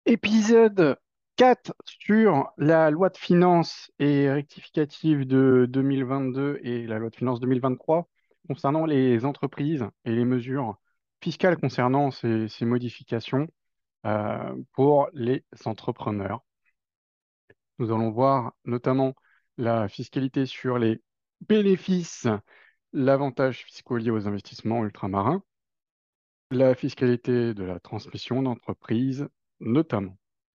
Épisode 4 sur la loi de finances et rectificative de 2022 et la loi de finances 2023 concernant les entreprises et les mesures fiscales concernant ces modifications pour les entrepreneurs. Nous allons voir notamment la fiscalité sur les bénéfices, l'avantage fiscal lié aux investissements ultramarins, la fiscalité de la transmission d'entreprise notamment.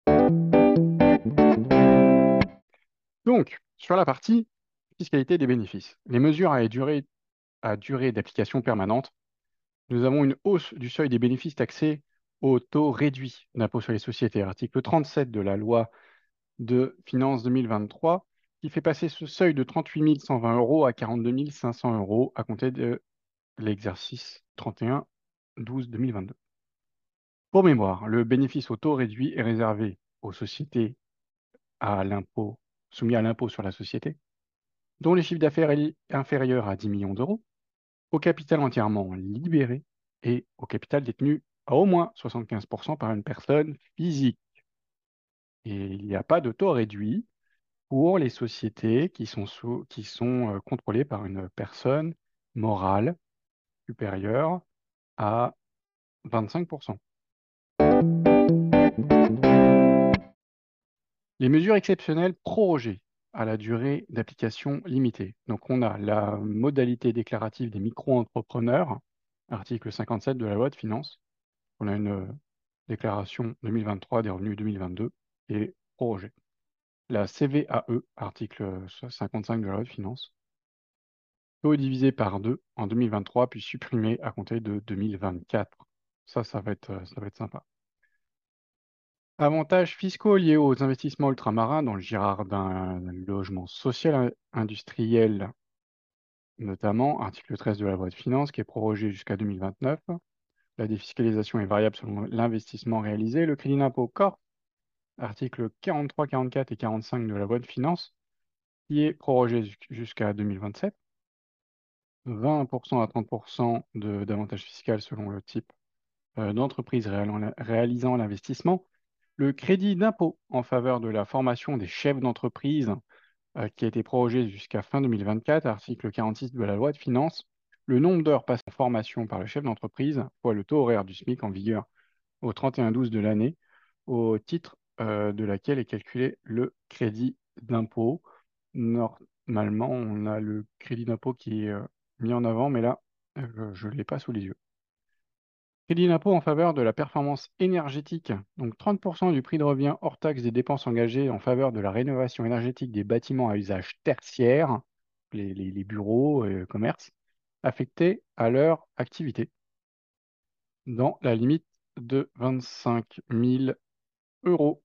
Donc, sur la partie fiscalité des bénéfices, les mesures à durée d'application permanente, nous avons une hausse du seuil des bénéfices taxés au taux réduit d'impôt sur les sociétés, article 37 de la loi de finances 2023, qui fait passer ce seuil de 38 120 euros à 42 500 euros à compter de l'exercice 31/12/2022. Pour mémoire, le bénéfice au taux réduit est réservé aux sociétés à l'impôt, soumis à l'impôt sur la société, dont le chiffre d'affaires est inférieur à 10 millions d'euros, au capital entièrement libéré et au capital détenu à au moins 75% par une personne physique. Et il n'y a pas de taux réduit pour les sociétés qui sont contrôlées par une personne morale supérieure à 25%. Les mesures exceptionnelles prorogées à la durée d'application limitée. Donc, on a la modalité déclarative des micro-entrepreneurs, article 57 de la loi de finances. On a une déclaration 2023 des revenus 2022 qui est prorogée. La CVAE, article 55 de la loi de finances, taux divisé par 2 en 2023, puis supprimé à compter de 2024. Ça va être sympa. Avantages fiscaux liés aux investissements ultramarins dans le Girardin logement social industriel, notamment, article 13 de la loi de finances, qui est prorogé jusqu'à 2029. La défiscalisation est variable selon l'investissement réalisé. Le crédit d'impôt corps, articles 43, 44 et 45 de la loi de finances, qui est prorogé jusqu'à 2027. 20% à 30% d'avantages fiscaux selon le type d'entreprise réalisant l'investissement. Le crédit d'impôt en faveur de la formation des chefs d'entreprise qui a été prorogé jusqu'à fin 2024, article 46 de la loi de finances. Le nombre d'heures passées en formation par le chef d'entreprise fois le taux horaire du SMIC en vigueur au 31/12 de l'année, au titre de laquelle est calculé le crédit d'impôt. Normalement, on a le crédit d'impôt qui est mis en avant, mais là, je ne l'ai pas sous les yeux. Crédit d'impôt en faveur de la performance énergétique, donc 30% du prix de revient hors taxe des dépenses engagées en faveur de la rénovation énergétique des bâtiments à usage tertiaire, les bureaux et commerces, affectés à leur activité, dans la limite de 25 000 euros.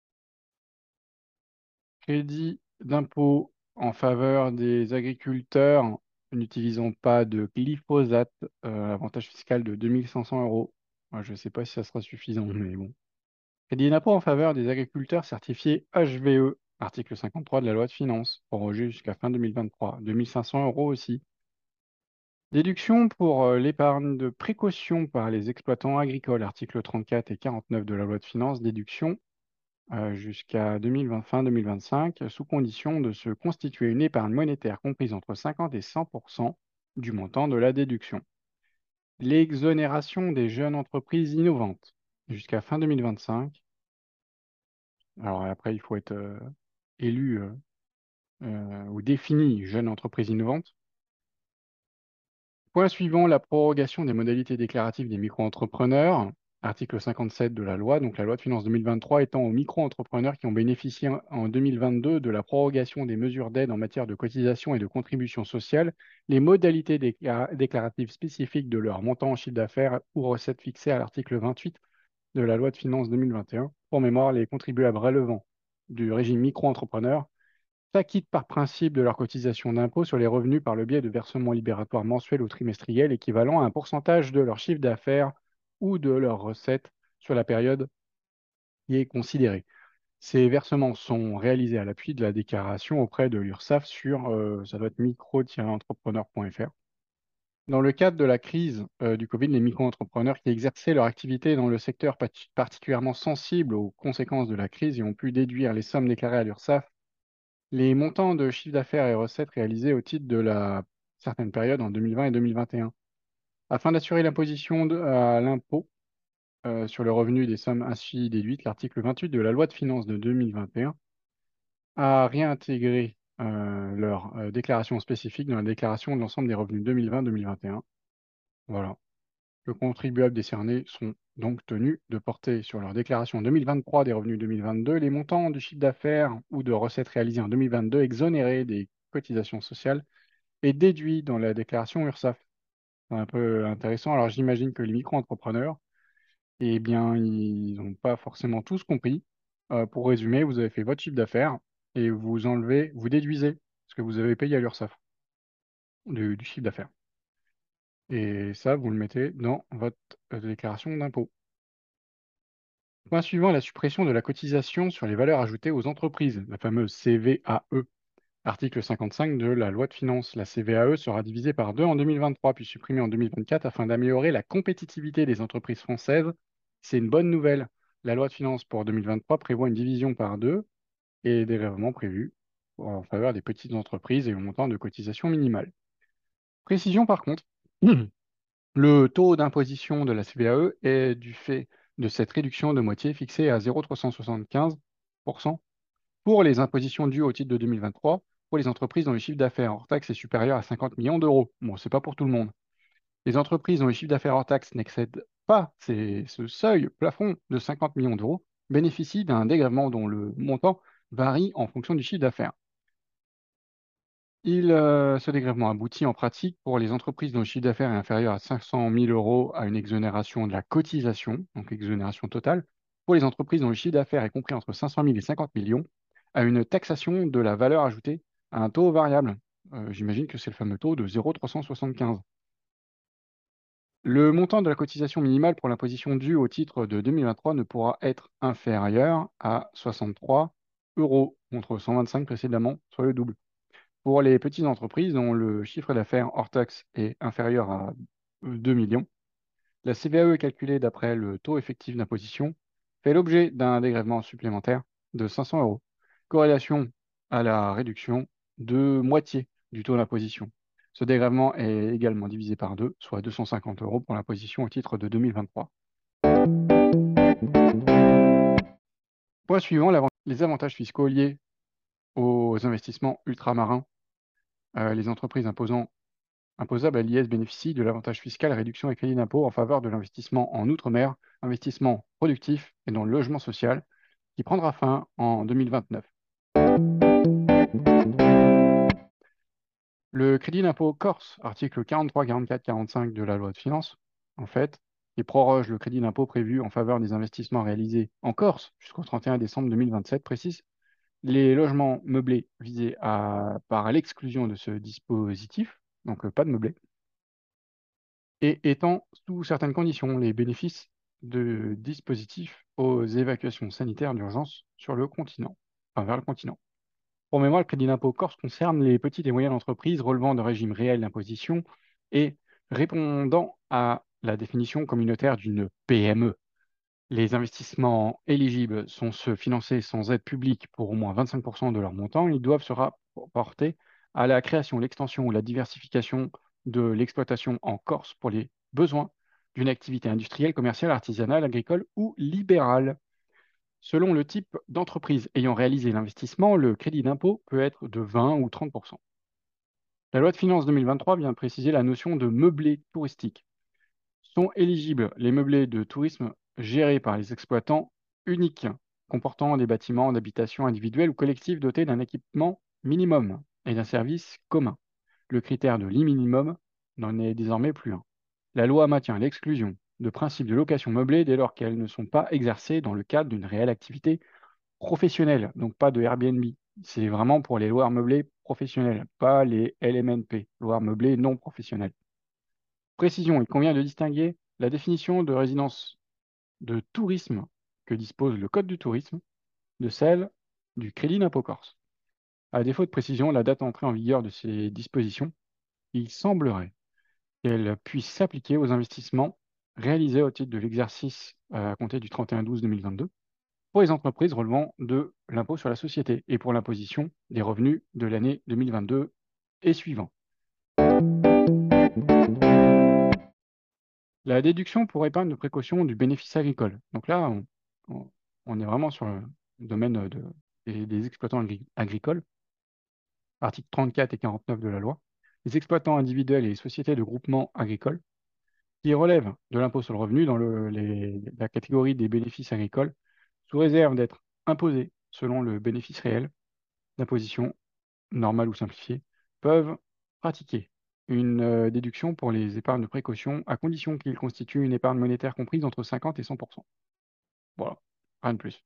Crédit d'impôt en faveur des agriculteurs n'utilisant pas de glyphosate, avantage fiscal de 2500 euros. Moi, je ne sais pas si ça sera suffisant, mais bon. Crédit d'impôt en faveur des agriculteurs certifiés HVE, article 53 de la loi de finances, prorogé jusqu'à fin 2023, 2500 euros aussi. Déduction pour l'épargne de précaution par les exploitants agricoles, articles 34 et 49 de la loi de finances, déduction jusqu'à 2020, fin 2025, sous condition de se constituer une épargne monétaire comprise entre 50 et 100% du montant de la déduction. L'exonération des jeunes entreprises innovantes jusqu'à fin 2025. Alors après, il faut être élu ou défini jeune entreprise innovante. Point suivant, la prorogation des modalités déclaratives des micro-entrepreneurs, article 57 de la loi, donc la loi de finances 2023 étant aux micro-entrepreneurs qui ont bénéficié en 2022 de la prorogation des mesures d'aide en matière de cotisation et de contribution sociale, les modalités déclaratives spécifiques de leur montant en chiffre d'affaires ou recettes fixées à l'article 28 de la loi de finances 2021. Pour mémoire, les contribuables relevant du régime micro-entrepreneur s'acquittent par principe de leur cotisation d'impôt sur les revenus par le biais de versements libératoires mensuels ou trimestriels équivalent à un pourcentage de leur chiffre d'affaires ou de leurs recettes sur la période qui est considérée. Ces versements sont réalisés à l'appui de la déclaration auprès de l'URSSAF sur, ça doit être micro-entrepreneur.fr. Dans le cadre de la crise du Covid, les micro-entrepreneurs qui exerçaient leur activité dans le secteur particulièrement sensible aux conséquences de la crise et ont pu déduire les sommes déclarées à l'URSSAF, les montants de chiffre d'affaires et recettes réalisés au titre de la certaine période en 2020 et 2021. Afin d'assurer l'imposition à l'impôt sur le revenu des sommes ainsi déduites, l'article 28 de la loi de finances de 2021 a réintégré leur déclaration spécifique dans la déclaration de l'ensemble des revenus 2020-2021. Voilà. Le contribuable décernés sont donc tenus de porter sur leur déclaration 2023 des revenus 2022 les montants du chiffre d'affaires ou de recettes réalisés en 2022 exonérés des cotisations sociales et déduits dans la déclaration URSSAF. C'est un peu intéressant. Alors j'imagine que les micro-entrepreneurs, eh bien, ils n'ont pas forcément tous compris. Pour résumer, vous avez fait votre chiffre d'affaires et vous enlevez, vous déduisez ce que vous avez payé à l'URSSAF du chiffre d'affaires. Et ça, vous le mettez dans votre déclaration d'impôt. Point suivant, la suppression de la cotisation sur les valeurs ajoutées aux entreprises, la fameuse CVAE. Article 55 de la loi de finances. La CVAE sera divisée par deux en 2023, puis supprimée en 2024 afin d'améliorer la compétitivité des entreprises françaises. C'est une bonne nouvelle. La loi de finances pour 2023 prévoit une division par deux et des dégrèvements prévus en faveur des petites entreprises et au montant de cotisation minimale. Précision par contre, le taux d'imposition de la CVAE est du fait de cette réduction de moitié fixée à 0,375% pour les impositions dues au titre de 2023 pour les entreprises dont le chiffre d'affaires hors taxe est supérieur à 50 millions d'euros. Bon, c'est pas pour tout le monde. Les entreprises dont le chiffre d'affaires hors taxe n'excède pas ce seuil plafond de 50 millions d'euros bénéficient d'un dégrèvement dont le montant varie en fonction du chiffre d'affaires. Ce dégrèvement aboutit en pratique pour les entreprises dont le chiffre d'affaires est inférieur à 500 000 euros à une exonération de la cotisation, donc exonération totale. Pour les entreprises dont le chiffre d'affaires est compris entre 500 000 et 50 millions, à une taxation de la valeur ajoutée à un taux variable. J'imagine que c'est le fameux taux de 0,375. Le montant de la cotisation minimale pour l'imposition due au titre de 2023 ne pourra être inférieur à 63 euros contre 125 précédemment, soit le double. Pour les petites entreprises dont le chiffre d'affaires hors taxe est inférieur à 2 millions, la CVAE calculée d'après le taux effectif d'imposition fait l'objet d'un dégrèvement supplémentaire de 500 euros, corrélation à la réduction de moitié du taux d'imposition. Ce dégrèvement est également divisé par deux, soit 250 euros pour l'imposition au titre de 2023. Point suivant, les avantages fiscaux liés aux investissements ultramarins. Les entreprises imposables à l'IS bénéficient de l'avantage fiscal réduction et crédit d'impôt en faveur de l'investissement en Outre-mer, investissement productif et dans le logement social, qui prendra fin en 2029. Le crédit d'impôt Corse, article 43, 44, 45 de la loi de finances, en fait, qui proroge le crédit d'impôt prévu en faveur des investissements réalisés en Corse jusqu'au 31 décembre 2027, précise les logements meublés visés par l'exclusion de ce dispositif, donc pas de meublés, et étant sous certaines conditions les bénéfices de dispositifs aux évacuations sanitaires d'urgence sur le continent, enfin vers le continent. Pour mémoire, le crédit d'impôt Corse concerne les petites et moyennes entreprises relevant d'un régime réel d'imposition et répondant à la définition communautaire d'une PME. Les investissements éligibles sont ceux financés sans aide publique pour au moins 25% de leur montant. Ils doivent se rapporter à la création, l'extension ou la diversification de l'exploitation en Corse pour les besoins d'une activité industrielle, commerciale, artisanale, agricole ou libérale. Selon le type d'entreprise ayant réalisé l'investissement, le crédit d'impôt peut être de 20 ou 30%. La loi de finances 2023 vient préciser la notion de meublé touristique. Sont éligibles les meublés de tourisme gérés par les exploitants uniques, comportant des bâtiments d'habitation individuels ou collectifs dotés d'un équipement minimum et d'un service commun. Le critère de minimum n'en est désormais plus un. La loi maintient l'exclusion de principes de location meublée dès lors qu'elles ne sont pas exercées dans le cadre d'une réelle activité professionnelle, donc pas de Airbnb. C'est vraiment pour les loueurs meublés professionnels, pas les LMNP, loueurs meublés non professionnels. Précision, il convient de distinguer la définition de résidence de tourisme que dispose le Code du tourisme de celle du crédit d'impôt Corse. À défaut de précision, la date d'entrée en vigueur de ces dispositions, il semblerait qu'elle puisse s'appliquer aux investissements réalisés au titre de l'exercice à compter du 31/12/2022 pour les entreprises relevant de l'impôt sur la société et pour l'imposition des revenus de l'année 2022 et suivant. La déduction pour épargne de précaution du bénéfice agricole. Donc là, on est vraiment sur le domaine des exploitants agricoles, articles 34 et 49 de la loi. Les exploitants individuels et les sociétés de groupement agricole qui relèvent de l'impôt sur le revenu dans la catégorie des bénéfices agricoles, sous réserve d'être imposés selon le bénéfice réel d'imposition normale ou simplifiée, peuvent pratiquer une déduction pour les épargnes de précaution à condition qu'ils constituent une épargne monétaire comprise entre 50 et 100%. Voilà, rien de plus.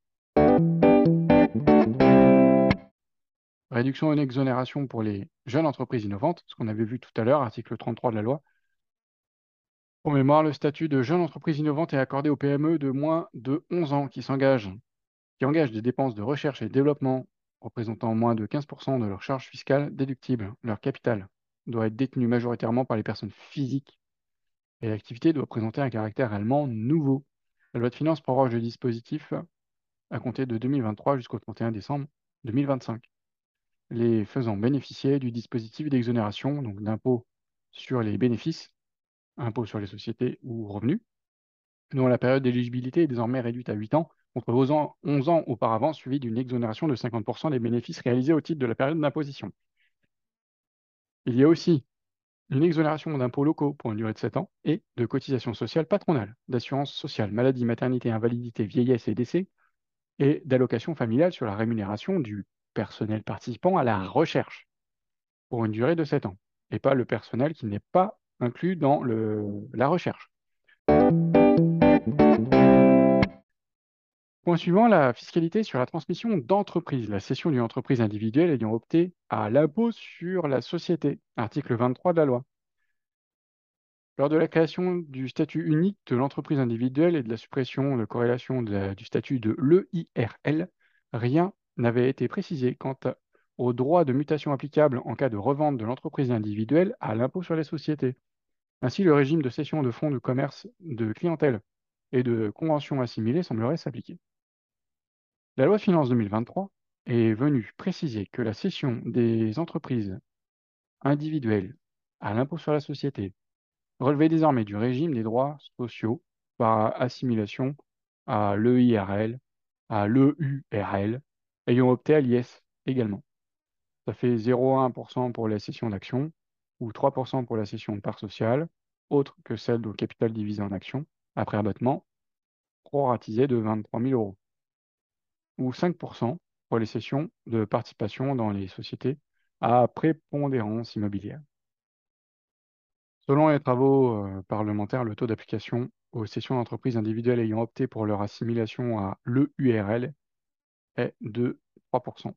Réduction et exonération pour les jeunes entreprises innovantes, ce qu'on avait vu tout à l'heure, article 33 de la loi. Pour mémoire, le statut de jeune entreprise innovante est accordé aux PME de moins de 11 ans qui engagent des dépenses de recherche et développement représentant moins de 15% de leur charge fiscale déductible. Leur capital doit être détenu majoritairement par les personnes physiques et l'activité doit présenter un caractère réellement nouveau. La loi de finances proroge le dispositif à compter de 2023 jusqu'au 31 décembre 2025, les faisant bénéficier du dispositif d'exonération, donc d'impôt sur les bénéfices, impôt sur les sociétés ou revenus, dont la période d'éligibilité est désormais réduite à 8 ans, contre 11 ans auparavant, suivie d'une exonération de 50% des bénéfices réalisés au titre de la période d'imposition. Il y a aussi une exonération d'impôts locaux pour une durée de 7 ans et de cotisations sociales patronales, d'assurance sociale, maladie, maternité, invalidité, vieillesse et décès, et d'allocations familiales sur la rémunération du personnel participant à la recherche pour une durée de 7 ans, et pas le personnel qui n'est pas inclus dans la recherche. Point suivant, la fiscalité sur la transmission d'entreprise, la cession d'une entreprise individuelle ayant opté à l'impôt sur la société, article 23 de la loi. Lors de la création du statut unique de l'entreprise individuelle et de la suppression de corrélation du statut de l'EIRL, rien n'avait été précisé quant aux droits de mutation applicables en cas de revente de l'entreprise individuelle à l'impôt sur les sociétés. Ainsi, le régime de cession de fonds de commerce de clientèle et de conventions assimilées semblerait s'appliquer. La loi de finances 2023 est venue préciser que la cession des entreprises individuelles à l'impôt sur la société relevait désormais du régime des droits sociaux par assimilation à l'EIRL, à l'EURL, ayant opté à l'IS également. Ça fait 0,1% pour la cession d'actions ou 3% pour la cession de parts sociales, autre que celle de capital divisé en actions, après abattement, proratisé de 23 000 euros, ou 5% pour les cessions de participation dans les sociétés à prépondérance immobilière. Selon les travaux parlementaires, le taux d'application aux cessions d'entreprises individuelles ayant opté pour leur assimilation à l'EURL est de 3%.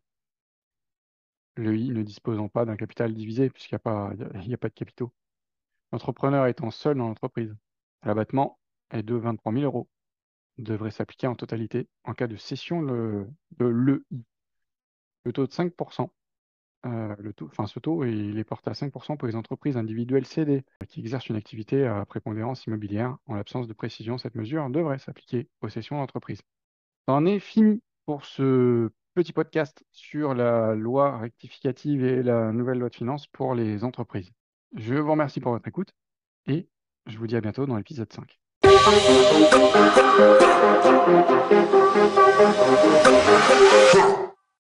L'EI ne disposant pas d'un capital divisé puisqu'il n'y a pas de capitaux. L'entrepreneur étant seul dans l'entreprise. L'abattement est de 23 000 euros. Devrait s'appliquer en totalité en cas de cession de l'EI. Le taux de 5%. Ce taux, il est porté à 5% pour les entreprises individuelles cédées qui exercent une activité à prépondérance immobilière. En l'absence de précision, cette mesure devrait s'appliquer aux cessions d'entreprise. C'en est fini pour ce petit podcast sur la loi rectificative et la nouvelle loi de finances pour les entreprises. Je vous remercie pour votre écoute et je vous dis à bientôt dans l'épisode 5.